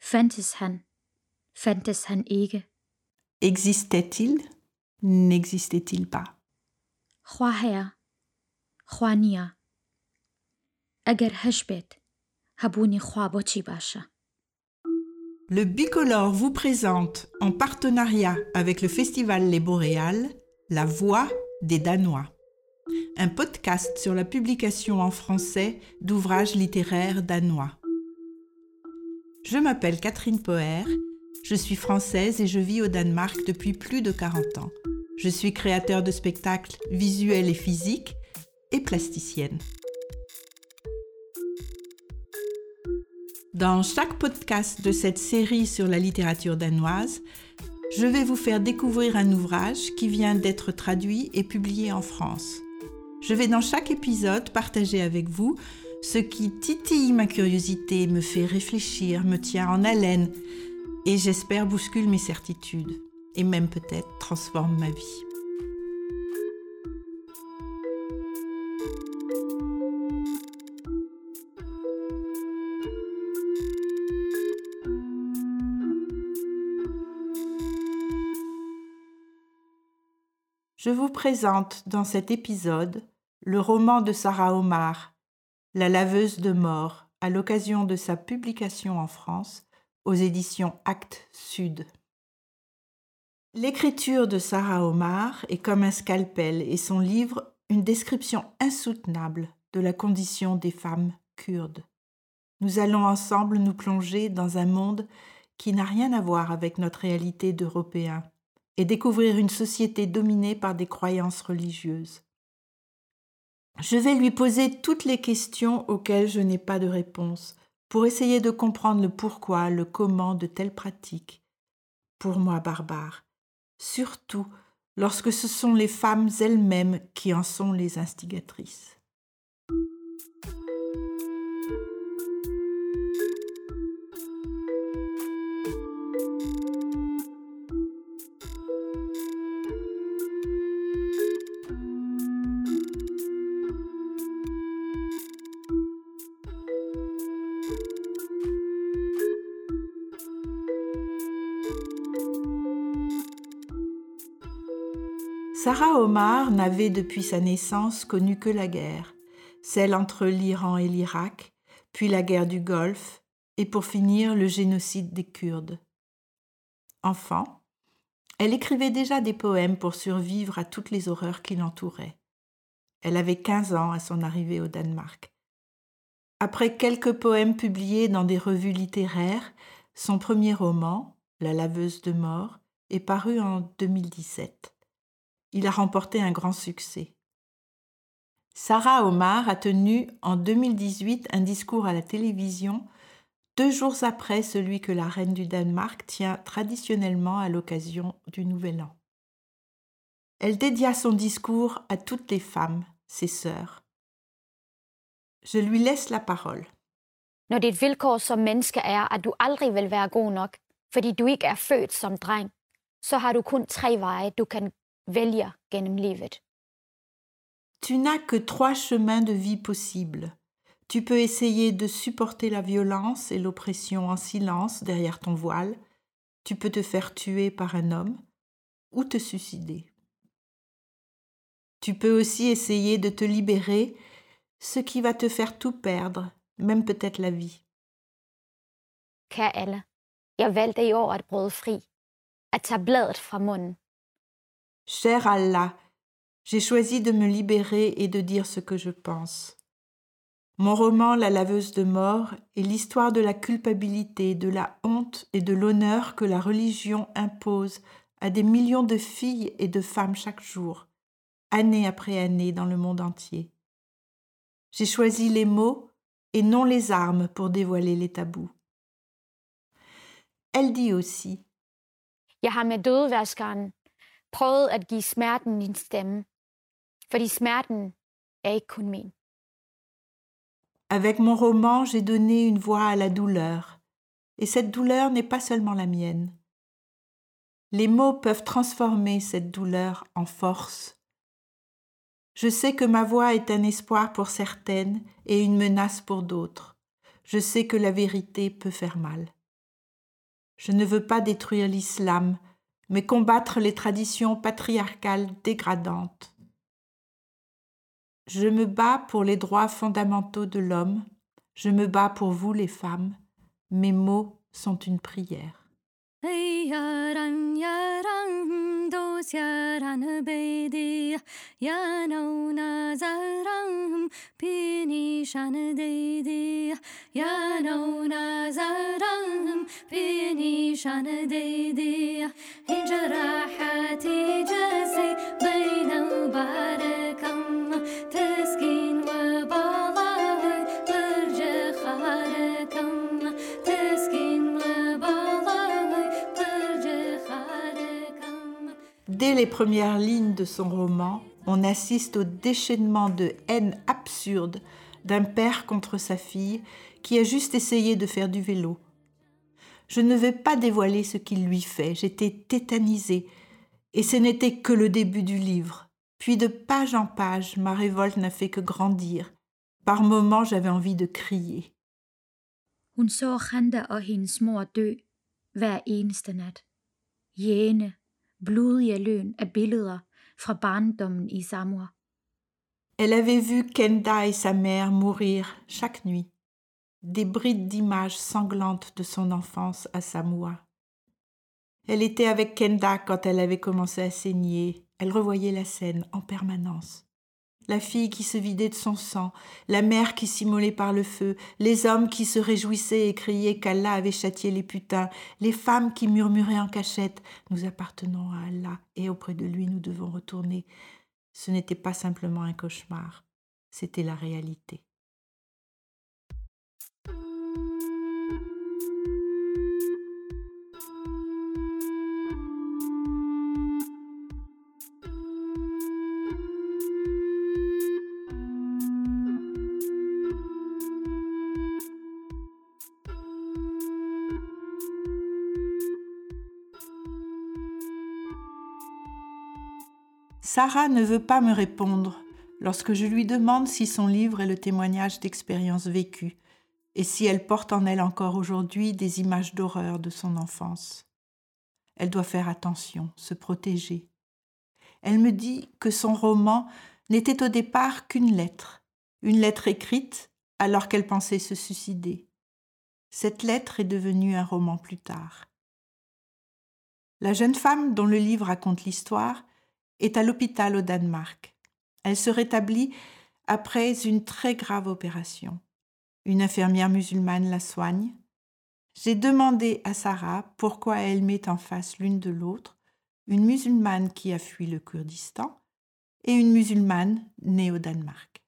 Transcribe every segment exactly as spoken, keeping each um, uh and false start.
Fandtes han? Fandtes han ikke? Existait-il? N'existait-il pas? خواهر خوانیا اگر هشبت هبونی خوابو چی باشه. Le Bicolore vous présente, en partenariat avec le festival Les Boréales, La Voix des Danois, un podcast sur la publication en français d'ouvrages littéraires danois. Je m'appelle Catherine Poher, je suis française et je vis au Danemark depuis plus de quarante ans. Je suis créateur de spectacles visuels et physiques et plasticienne. Dans chaque podcast de cette série sur la littérature danoise, je vais vous faire découvrir un ouvrage qui vient d'être traduit et publié en France. Je vais dans chaque épisode partager avec vous ce qui titille ma curiosité, me fait réfléchir, me tient en haleine et j'espère bouscule mes certitudes et même peut-être transforme ma vie. Je vous présente dans cet épisode le roman de Sarah Omar, La laveuse de mort, à l'occasion de sa publication en France aux éditions Actes Sud. L'écriture de Sarah Omar est comme un scalpel et son livre une description insoutenable de la condition des femmes kurdes. Nous allons ensemble nous plonger dans un monde qui n'a rien à voir avec notre réalité d'Européens et découvrir une société dominée par des croyances religieuses. Je vais lui poser toutes les questions auxquelles je n'ai pas de réponse pour essayer de comprendre le pourquoi, le comment de telles pratiques, pour moi barbares, surtout lorsque ce sont les femmes elles-mêmes qui en sont les instigatrices. Sarah Omar n'avait depuis sa naissance connu que la guerre, celle entre l'Iran et l'Irak, puis la guerre du Golfe, et pour finir le génocide des Kurdes. Enfant, elle écrivait déjà des poèmes pour survivre à toutes les horreurs qui l'entouraient. Elle avait quinze ans à son arrivée au Danemark. Après quelques poèmes publiés dans des revues littéraires, son premier roman, La laveuse de mort, est paru en deux mille dix-sept. Il a remporté un grand succès. Sarah Omar a tenu en deux mille dix-huit un discours à la télévision deux jours après celui que la reine du Danemark tient traditionnellement à l'occasion du Nouvel An. Elle dédia son discours à toutes les femmes, ses sœurs. Je lui laisse la parole. Når dit vilkår som menneske er, at du aldrig vil være god nok, fordi du ikke er født som dreng, så har du kun tre veje, du kan vælge gennem livet. Tu n'as que trois chemins de vie possibles. Tu peux essayer de supporter la violence et l'oppression en silence derrière ton voile. Tu peux te faire tuer par un homme ou te suicider. Tu peux aussi essayer de te libérer, ce qui va te faire tout perdre, même peut-être la vie. Kære alle, jeg valgte i år at bryde fri, at tage bladet fra munden. Cher Allah, j'ai choisi de me libérer et de dire ce que je pense. Mon roman La laveuse de mort est l'histoire de la culpabilité, de la honte et de l'honneur que la religion impose à des millions de filles et de femmes chaque jour, année après année dans le monde entier. J'ai choisi les mots et non les armes pour dévoiler les tabous. Elle dit aussi: Jeg har med dødevaskeren prøvet at give smerten din stemme, fordi smerten er ikke kun min. Avec mon roman, j'ai donné une voix à la douleur, et cette douleur n'est pas seulement la mienne. Les mots peuvent transformer cette douleur en force. Je sais que ma voix est un espoir pour certaines et une menace pour d'autres. Je sais que la vérité peut faire mal. Je ne veux pas détruire l'islam, mais combattre les traditions patriarcales dégradantes. Je me bats pour les droits fondamentaux de l'homme, je me bats pour vous les femmes, mes mots sont une prière. Hey yaran yaran dos yaran bedi yano nazaram pini shan dedi yano nazaram pini shan dedi injarahati jasi bayna barakam taskin wa balagh tarja kharakam taskin wa balagh. Dès les premières lignes de son roman, on assiste au déchaînement de haine absurde d'un père contre sa fille qui a juste essayé de faire du vélo. Je ne vais pas dévoiler ce qu'il lui fait, j'étais tétanisée, et ce n'était que le début du livre. Puis de page en page, ma révolte n'a fait que grandir. Par moments, j'avais envie de crier. Hun så Khanda og hendes mor dø hver eneste nat. Jæne, blodige løn af billeder fra barndommen i Samoa. Elle avait vu Kenda et sa mère mourir chaque nuit. Des brides d'images sanglantes de son enfance à Samoa. Elle était avec Kenda quand elle avait commencé à saigner. Elle revoyait la scène en permanence. La fille qui se vidait de son sang, la mère qui s'immolait par le feu, les hommes qui se réjouissaient et criaient qu'Allah avait châtié les putains, les femmes qui murmuraient en cachette « Nous appartenons à Allah et auprès de lui nous devons retourner ». Ce n'était pas simplement un cauchemar, c'était la réalité. Sarah ne veut pas me répondre lorsque je lui demande si son livre est le témoignage d'expériences vécues et si elle porte en elle encore aujourd'hui des images d'horreur de son enfance. Elle doit faire attention, se protéger. Elle me dit que son roman n'était au départ qu'une lettre, une lettre écrite alors qu'elle pensait se suicider. Cette lettre est devenue un roman plus tard. La jeune femme dont le livre raconte l'histoire est à l'hôpital au Danemark. Elle se rétablit après une très grave opération. Une infirmière musulmane la soigne. J'ai demandé à Sarah pourquoi elle met en face l'une de l'autre une musulmane qui a fui le Kurdistan et une musulmane née au Danemark.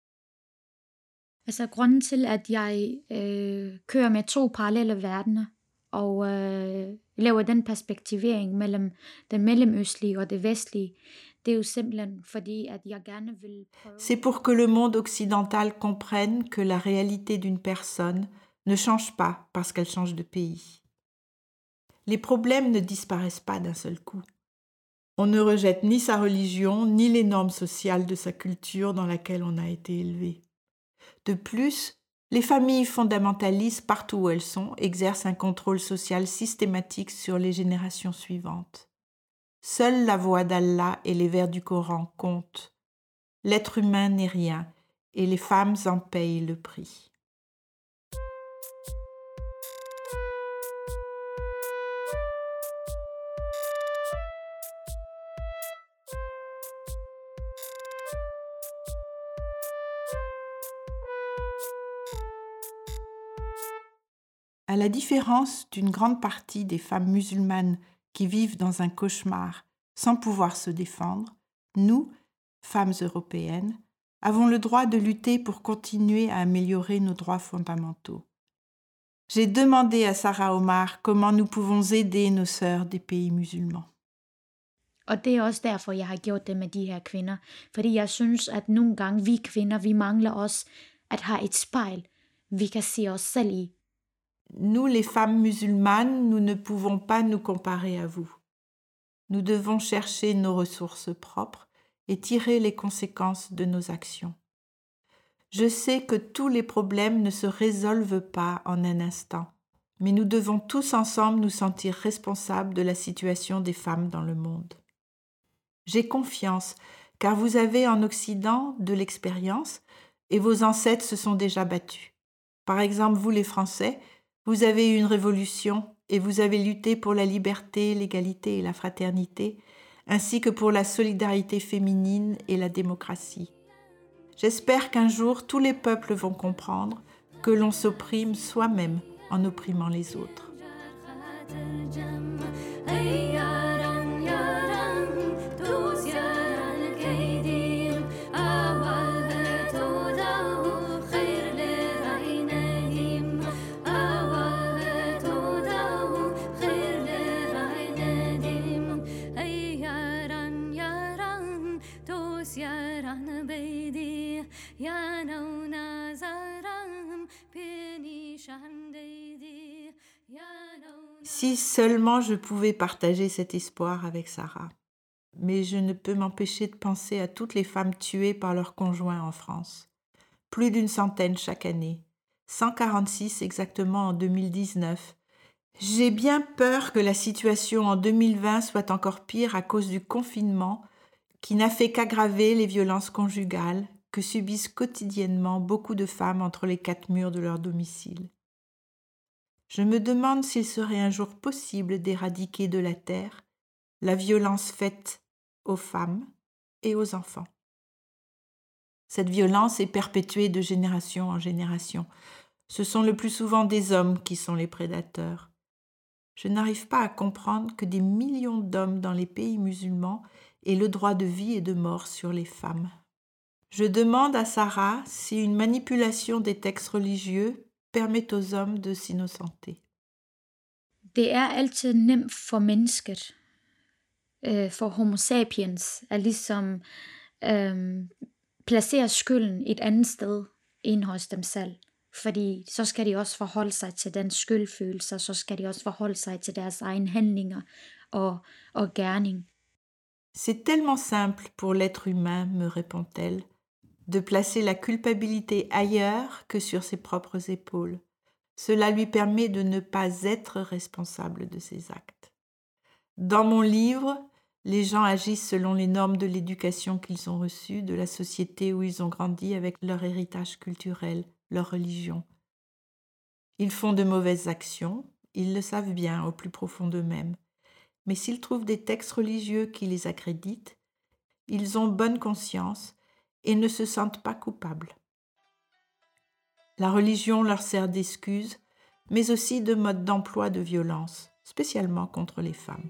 Altså grunden til, at jeg øh, kører med to parallelle verdener og øh, laver den perspektivering mellem den mellemøstlige og det vestlige, det er jo simpelthen fordi, at jeg gerne vil prøve... C'est pour que le monde occidental comprenne que la réalité d'une personne ne change pas parce qu'elle change de pays. Les problèmes ne disparaissent pas d'un seul coup. On ne rejette ni sa religion, ni les normes sociales de sa culture dans laquelle on a été élevé. De plus, les familles fondamentalistes, partout où elles sont, exercent un contrôle social systématique sur les générations suivantes. Seule la voix d'Allah et les vers du Coran comptent. L'être humain n'est rien et les femmes en payent le prix. À la différence d'une grande partie des femmes musulmanes qui vivent dans un cauchemar sans pouvoir se défendre, nous, femmes européennes, avons le droit de lutter pour continuer à améliorer nos droits fondamentaux. J'ai demandé à Sarah Omar comment nous pouvons aider nos sœurs des pays musulmans. Og det er også derfor, jeg har gjort det med de her kvinder. Fordi jeg synes, at nogle gange vi kvinder, vi mangler også at have et spejl, vi kan se os selv i. Nous, les femmes musulmanes, nous ne pouvons pas nous comparer à vous. Nous devons chercher nos ressources propres et tirer les conséquences de nos actions. Je sais que tous les problèmes ne se résolvent pas en un instant, mais nous devons tous ensemble nous sentir responsables de la situation des femmes dans le monde. J'ai confiance, car vous avez en Occident de l'expérience et vos ancêtres se sont déjà battus. Par exemple, vous les Français, vous avez eu une révolution et vous avez lutté pour la liberté, l'égalité et la fraternité, ainsi que pour la solidarité féminine et la démocratie. J'espère qu'un jour tous les peuples vont comprendre que l'on s'opprime soi-même en opprimant les autres. Si seulement je pouvais partager cet espoir avec Sarah. Mais je ne peux m'empêcher de penser à toutes les femmes tuées par leurs conjoints en France. Plus d'une centaine chaque année. cent quarante-six exactement en deux mille dix-neuf. J'ai bien peur que la situation en deux mille vingt soit encore pire à cause du confinement qui n'a fait qu'aggraver les violences conjugales que subissent quotidiennement beaucoup de femmes entre les quatre murs de leur domicile. Je me demande s'il serait un jour possible d'éradiquer de la terre la violence faite aux femmes et aux enfants. Cette violence est perpétuée de génération en génération. Ce sont le plus souvent des hommes qui sont les prédateurs. Je n'arrive pas à comprendre que des millions d'hommes dans les pays musulmans aient le droit de vie et de mort sur les femmes. Je demande à Sarah si une manipulation des textes religieux permet aux hommes de s'innocenter. Det er altid nemt for mennesket, øh, for homo sapiens, at ligesom øh, placere skylden et andet sted end hos dem selv. Fordi så skal de også forholde sig til den skyldfølelse, så skal de også forholde sig til deres egne handlinger og, og gerning. C'est tellement simple pour l'être humain, me répond-elle, de placer la culpabilité ailleurs que sur ses propres épaules. Cela lui permet de ne pas être responsable de ses actes. Dans mon livre, les gens agissent selon les normes de l'éducation qu'ils ont reçue, de la société où ils ont grandi avec leur héritage culturel, leur religion. Ils font de mauvaises actions, ils le savent bien au plus profond d'eux-mêmes. Mais s'ils trouvent des textes religieux qui les accréditent, ils ont bonne conscience et ne se sentent pas coupables. La religion leur sert d'excuse, mais aussi de mode d'emploi de violence, spécialement contre les femmes.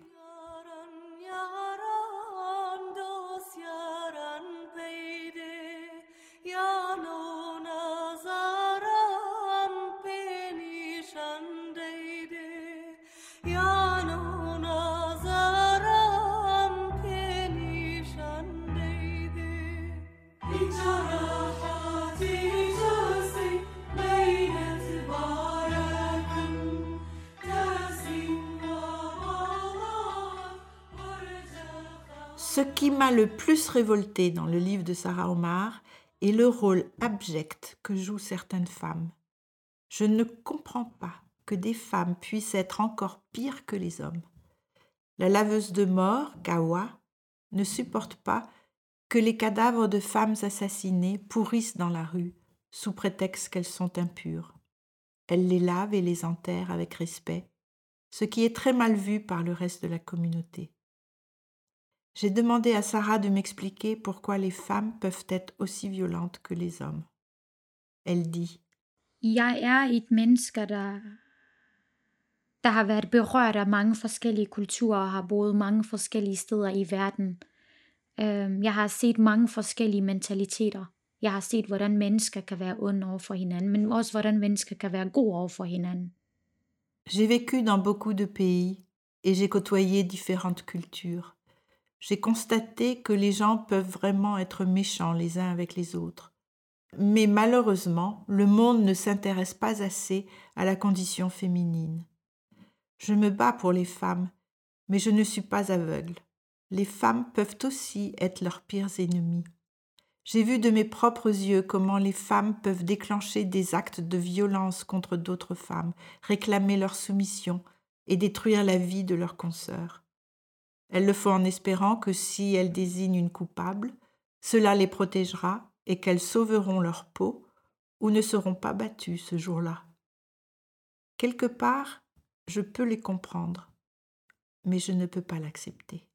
Ce qui m'a le plus révoltée dans le livre de Sarah Omar est le rôle abject que jouent certaines femmes. Je ne comprends pas que des femmes puissent être encore pires que les hommes. La laveuse de mort, Gawa, ne supporte pas que les cadavres de femmes assassinées pourrissent dans la rue sous prétexte qu'elles sont impures. Elle les lave et les enterre avec respect, ce qui est très mal vu par le reste de la communauté. J'ai demandé à Sarah de m'expliquer pourquoi les femmes peuvent être aussi violentes que les hommes. Elle dit: Jeg er et menneske, der, der har været berørt af mange forskellige kulturer og har boet mange forskellige steder i verden. Jeg har set mange forskellige mentaliteter. Jeg har set, hvordan mennesker kan være onde over for hinanden, men også hvordan mennesker kan være gode over for hinanden. J'ai vécu dans beaucoup de pays et j'ai côtoyé différentes cultures. J'ai constaté que les gens peuvent vraiment être méchants les uns avec les autres. Mais malheureusement, le monde ne s'intéresse pas assez à la condition féminine. Je me bats pour les femmes, mais je ne suis pas aveugle. Les femmes peuvent aussi être leurs pires ennemis. J'ai vu de mes propres yeux comment les femmes peuvent déclencher des actes de violence contre d'autres femmes, réclamer leur soumission et détruire la vie de leurs consoeurs. Elles le font en espérant que si elles désignent une coupable, cela les protégera et qu'elles sauveront leur peau ou ne seront pas battues ce jour-là. Quelque part, je peux les comprendre, mais je ne peux pas l'accepter.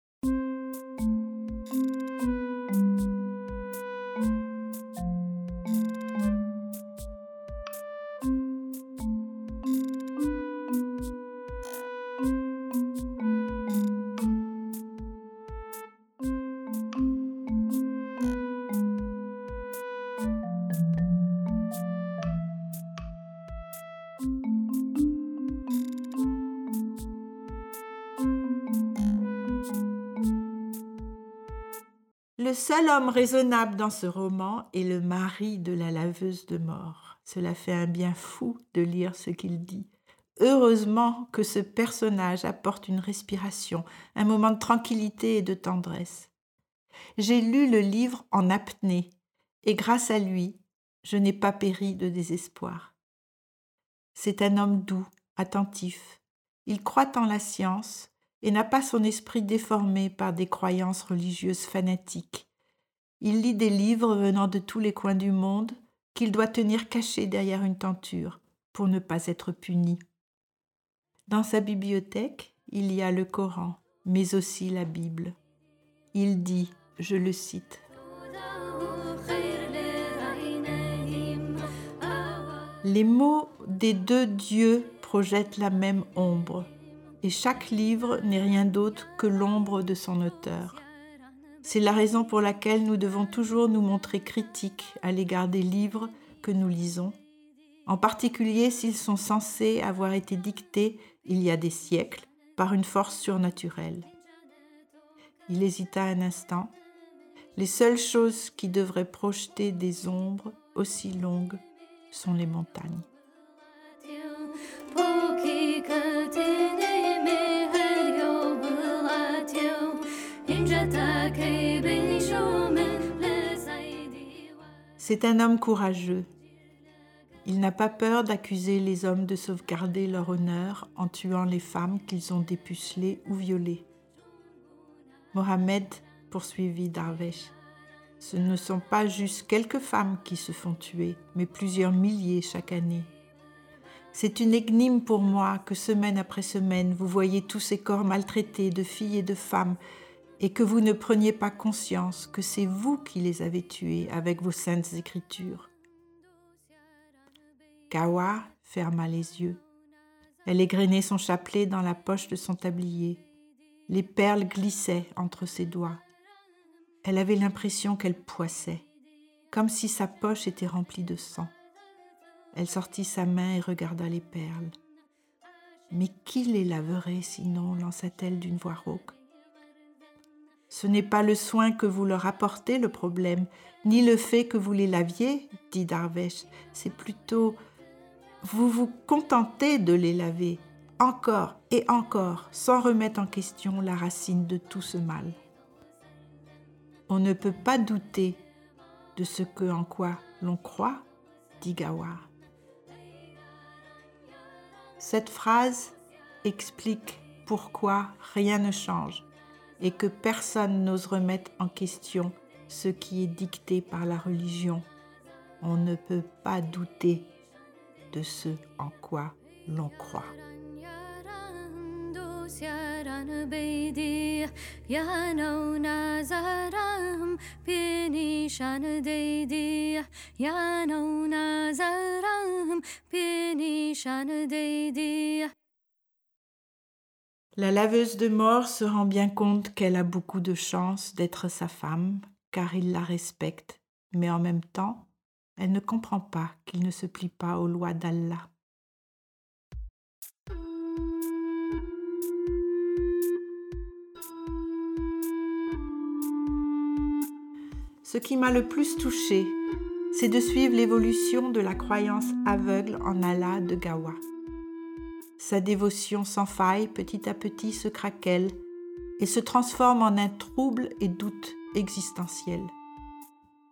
Le seul homme raisonnable dans ce roman est le mari de la laveuse de mort. Cela fait un bien fou de lire ce qu'il dit. Heureusement que ce personnage apporte une respiration, un moment de tranquillité et de tendresse. J'ai lu le livre en apnée et grâce à lui, je n'ai pas péri de désespoir. C'est un homme doux, attentif. Il croit en la science et n'a pas son esprit déformé par des croyances religieuses fanatiques. Il lit des livres venant de tous les coins du monde qu'il doit tenir cachés derrière une tenture pour ne pas être puni. Dans sa bibliothèque, il y a le Coran, mais aussi la Bible. Il dit, je le cite, « Les mots des deux dieux projettent la même ombre. Et chaque livre n'est rien d'autre que l'ombre de son auteur. C'est la raison pour laquelle nous devons toujours nous montrer critiques à l'égard des livres que nous lisons, en particulier s'ils sont censés avoir été dictés il y a des siècles par une force surnaturelle. » Il hésita un instant. Les seules choses qui devraient projeter des ombres aussi longues sont les montagnes. C'est un homme courageux. Il n'a pas peur d'accuser les hommes de sauvegarder leur honneur en tuant les femmes qu'ils ont dépucelées ou violées. Mohammed poursuivit Darvesh. Ce ne sont pas juste quelques femmes qui se font tuer, mais plusieurs milliers chaque année. C'est une énigme pour moi que semaine après semaine, vous voyez tous ces corps maltraités de filles et de femmes et que vous ne preniez pas conscience que c'est vous qui les avez tués avec vos saintes écritures. Gawa ferma les yeux. Elle égrenait son chapelet dans la poche de son tablier. Les perles glissaient entre ses doigts. Elle avait l'impression qu'elle poissait, comme si sa poche était remplie de sang. Elle sortit sa main et regarda les perles. « Mais qui les laverait sinon ?» lança-t-elle d'une voix rauque. « Ce n'est pas le soin que vous leur apportez le problème, ni le fait que vous les laviez, dit Darvesh. C'est plutôt, vous vous contentez de les laver, encore et encore, sans remettre en question la racine de tout ce mal. On ne peut pas douter de ce que en quoi l'on croit, dit Gawa. Cette phrase explique pourquoi rien ne change et que personne n'ose remettre en question ce qui est dicté par la religion. On ne peut pas douter de ce en quoi l'on croit. La laveuse de mort se rend bien compte qu'elle a beaucoup de chance d'être sa femme, car il la respecte, mais en même temps, elle ne comprend pas qu'il ne se plie pas aux lois d'Allah. Ce qui m'a le plus touchée, c'est de suivre l'évolution de la croyance aveugle en Allah de Gawa. Sa dévotion sans faille, petit à petit, se craquelle et se transforme en un trouble et doute existentiel.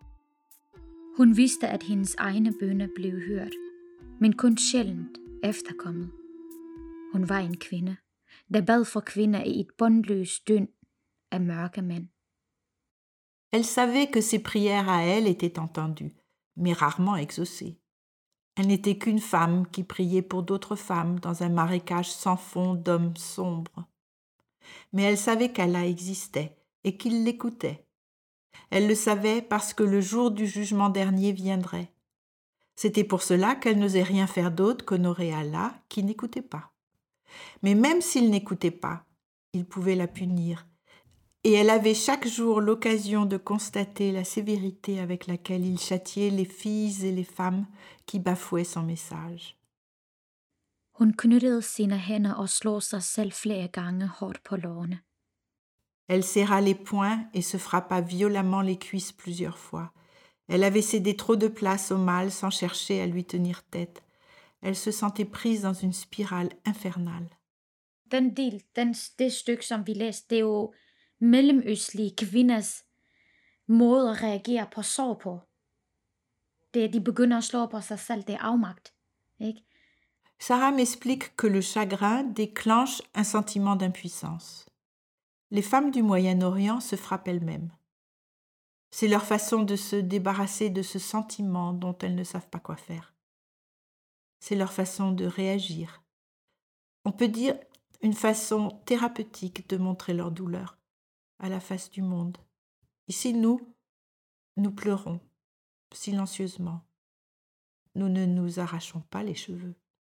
Hun vidste, at hendes egne bønner blev hørt, men kun sjældent efterkommet. Hun var en kvinde, der bad for kvinder i et båndløst døgn af mørke mænd. Elle savait que ses prières à elle étaient entendues, mais rarement exaucées. Elle n'était qu'une femme qui priait pour d'autres femmes dans un marécage sans fond d'hommes sombres. Mais elle savait qu'Allah existait et qu'il l'écoutait. Elle le savait parce que le jour du jugement dernier viendrait. C'était pour cela qu'elle n'osait rien faire d'autre qu'honorer Allah qui n'écoutait pas. Mais même s'il n'écoutait pas, il pouvait la punir. Et elle avait chaque jour l'occasion de constater la sévérité avec laquelle il châtiait les filles et les femmes qui bafouaient son message. Hun knyttede sine hænder og slog sig selv flere gange hårdt på lårene. Elle serra les poings et se frappa violemment les cuisses plusieurs fois. Elle avait cédé trop de place au mal sans chercher à lui tenir tête. Elle se sentait prise dans une spirale infernale. Den del, den, det stykke, som vi læste, det er jo mellemøstlige kvinders måde at reagere på sorg på. Det er, de begynder at slå på sig selv, det er afmagt. Ikke? Sarah m'explique que le chagrin déclenche un sentiment d'impuissance. Les femmes du Moyen-Orient se frappent elles-mêmes. C'est leur façon de se débarrasser de ce sentiment dont elles ne savent pas quoi faire. C'est leur façon de réagir. On peut dire une façon thérapeutique de montrer leur douleur à la face du monde. Ici, nous, nous pleurons silencieusement. Nous ne nous arrachons pas les cheveux.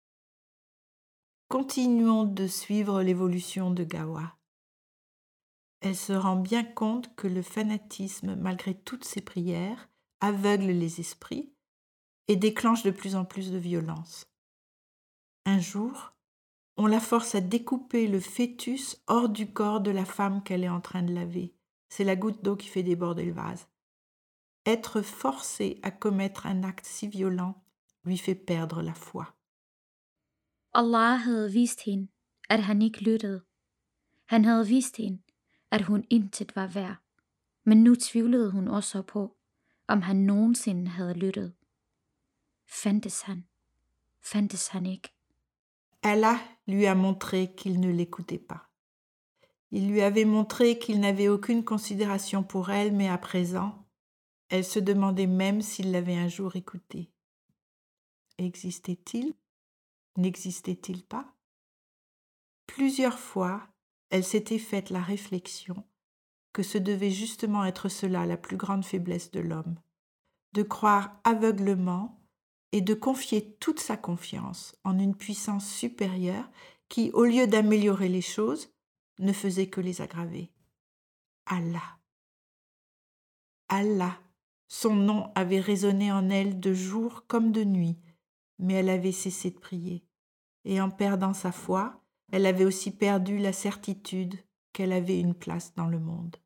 Continuons de suivre l'évolution de Gawa. Elle se rend bien compte que le fanatisme, malgré toutes ses prières, aveugle les esprits et déclenche de plus en plus de violence. Un jour, on la force à découper le fœtus hors du corps de la femme qu'elle est en train de laver. C'est la goutte d'eau qui fait déborder le vase. Être forcée à commettre un acte si violent lui fait perdre la foi. Allah havde vist hende, at han ikke lyttede. Han havde vist hende, at hun intet var værd. Men nu tvivlede hun også på, om han nogensinde havde lyttet. Fandtes han? Fandtes han ikke? Allah lui a montré qu'il ne l'écoutait pas. Il lui avait montré qu'il n'avait aucune considération pour elle, mais à présent, elle se demandait même s'il l'avait un jour écoutée. Existait-il? N'existait-il pas? Plusieurs fois, elle s'était faite la réflexion que ce devait justement être cela la plus grande faiblesse de l'homme, de croire aveuglement et de confier toute sa confiance en une puissance supérieure qui, au lieu d'améliorer les choses, ne faisait que les aggraver. Allah. Allah. Son nom avait résonné en elle de jour comme de nuit, mais elle avait cessé de prier. Et en perdant sa foi, elle avait aussi perdu la certitude qu'elle avait une place dans le monde.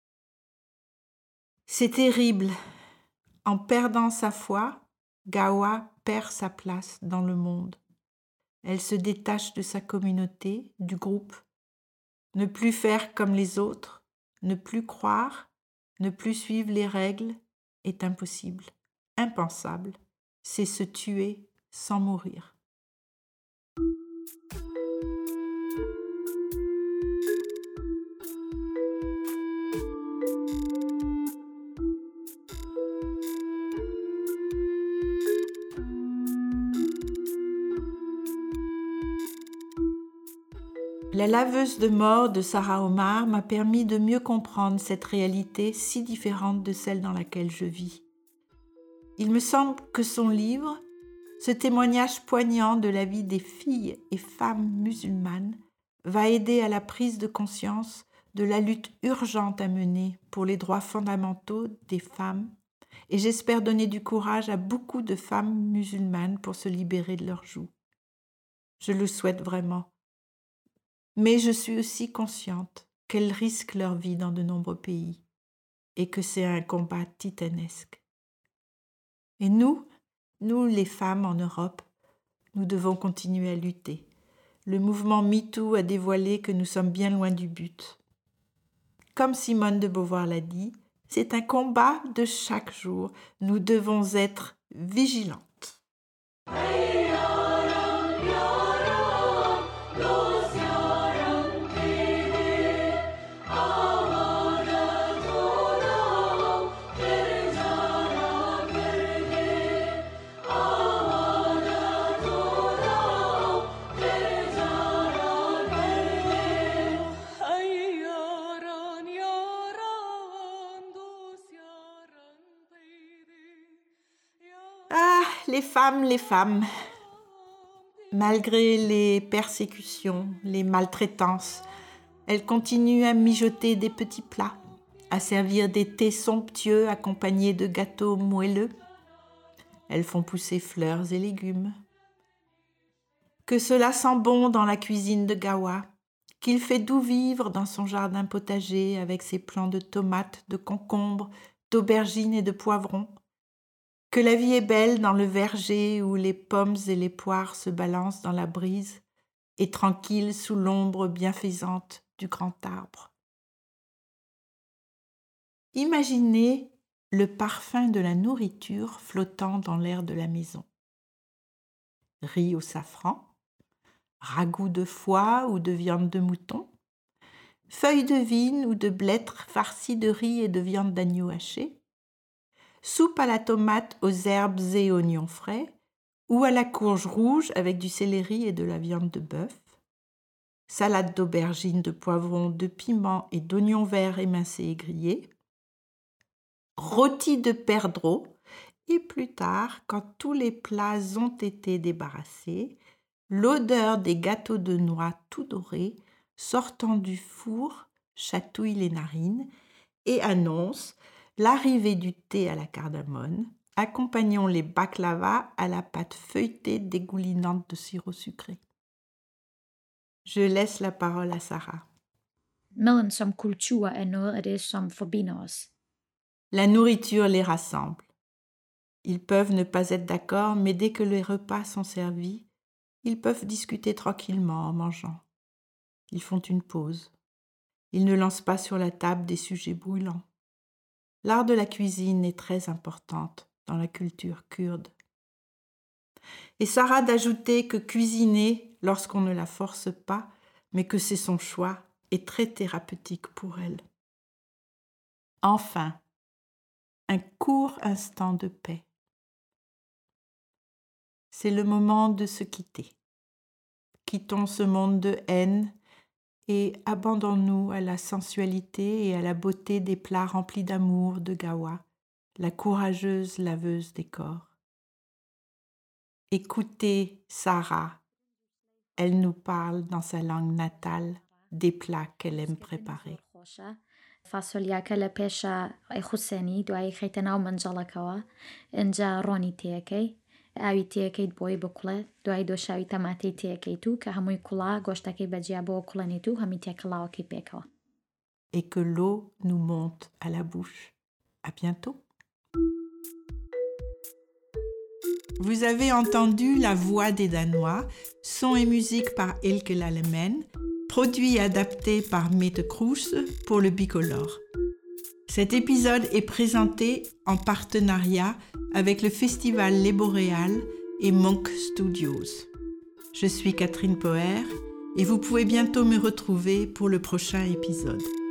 C'est terrible. En perdant sa foi, Gawa perd sa place dans le monde. Elle se détache de sa communauté, du groupe. Ne plus faire comme les autres, ne plus croire, ne plus suivre les règles est impossible, impensable. C'est se tuer sans mourir. La laveuse de mort de Sarah Omar m'a permis de mieux comprendre cette réalité si différente de celle dans laquelle je vis. Il me semble que son livre, ce témoignage poignant de la vie des filles et femmes musulmanes, va aider à la prise de conscience de la lutte urgente à mener pour les droits fondamentaux des femmes et j'espère donner du courage à beaucoup de femmes musulmanes pour se libérer de leur joug. Je le souhaite vraiment. Mais je suis aussi consciente qu'elles risquent leur vie dans de nombreux pays et que c'est un combat titanesque. Et nous, nous les femmes en Europe, nous devons continuer à lutter. Le mouvement MeToo a dévoilé que nous sommes bien loin du but. Comme Simone de Beauvoir l'a dit, C'est un combat de chaque jour. Nous devons être vigilantes. Les femmes, les femmes, malgré les persécutions, les maltraitances, elles continuent à mijoter des petits plats, à servir des thés somptueux accompagnés de gâteaux moelleux. Elles font pousser fleurs et légumes. Que cela sent bon dans la cuisine de Gawa, qu'il fait doux vivre dans son jardin potager avec ses plants de tomates, de concombres, d'aubergines et de poivrons. Que la vie est belle dans le verger où les pommes et les poires se balancent dans la brise et tranquilles sous l'ombre bienfaisante du grand arbre. Imaginez le parfum de la nourriture flottant dans l'air de la maison. Riz au safran, ragoût de foie ou de viande de mouton, feuilles de vigne ou de blettre farcies de riz et de viande d'agneau haché, soupe à la tomate aux herbes et oignons frais, ou à la courge rouge avec du céleri et de la viande de bœuf, salade d'aubergines, de poivrons, de piments et d'oignons verts émincés et grillés, rôti de perdreau, et plus tard, quand tous les plats ont été débarrassés, l'odeur des gâteaux de noix tout dorés sortant du four chatouille les narines et annonce l'arrivée du thé à la cardamone. Accompagnons les baklava à la pâte feuilletée dégoulinante de sirop sucré. Je laisse la parole à Sarah. Maden som kultur er noget af det, som forbinder os. La nourriture les rassemble. Ils peuvent ne pas être d'accord, mais dès que les repas sont servis, ils peuvent discuter tranquillement en mangeant. Ils font une pause. Ils ne lancent pas sur la table des sujets brûlants. L'art de la cuisine est très importante dans la culture kurde. Et Sarah d'ajouter que cuisiner, lorsqu'on ne la force pas, mais que c'est son choix, est très thérapeutique pour elle. Enfin, un court instant de paix. C'est le moment de se quitter. Quittons ce monde de haine et abandonnons-nous à la sensualité et à la beauté des plats remplis d'amour de Gawa, la courageuse laveuse des corps. Écoutez Sarah, elle nous parle dans sa langue natale des plats qu'elle aime préparer. فاصوليا كلا بيشا خساني دواي خيتنا ومنجلا كوا انجا روني تيكي اوي تيكي بوي بكلا دواي دوشاوي تماتي تيكي تو كهموي كلا غوشتاكي بجيابو كلاني تو همي تيكلاو كي بيكوا. Et que l'eau nous monte à la bouche. À bientôt. Vous avez entendu La Voix des Danois, son et musique par Elke Lalemen, produit et adapté par Mette Kroes pour le Bicolore. Cet épisode est présenté en partenariat avec le festival Les Boréales et Monk Studios. Je suis Catherine Poher et vous pouvez bientôt me retrouver pour le prochain épisode.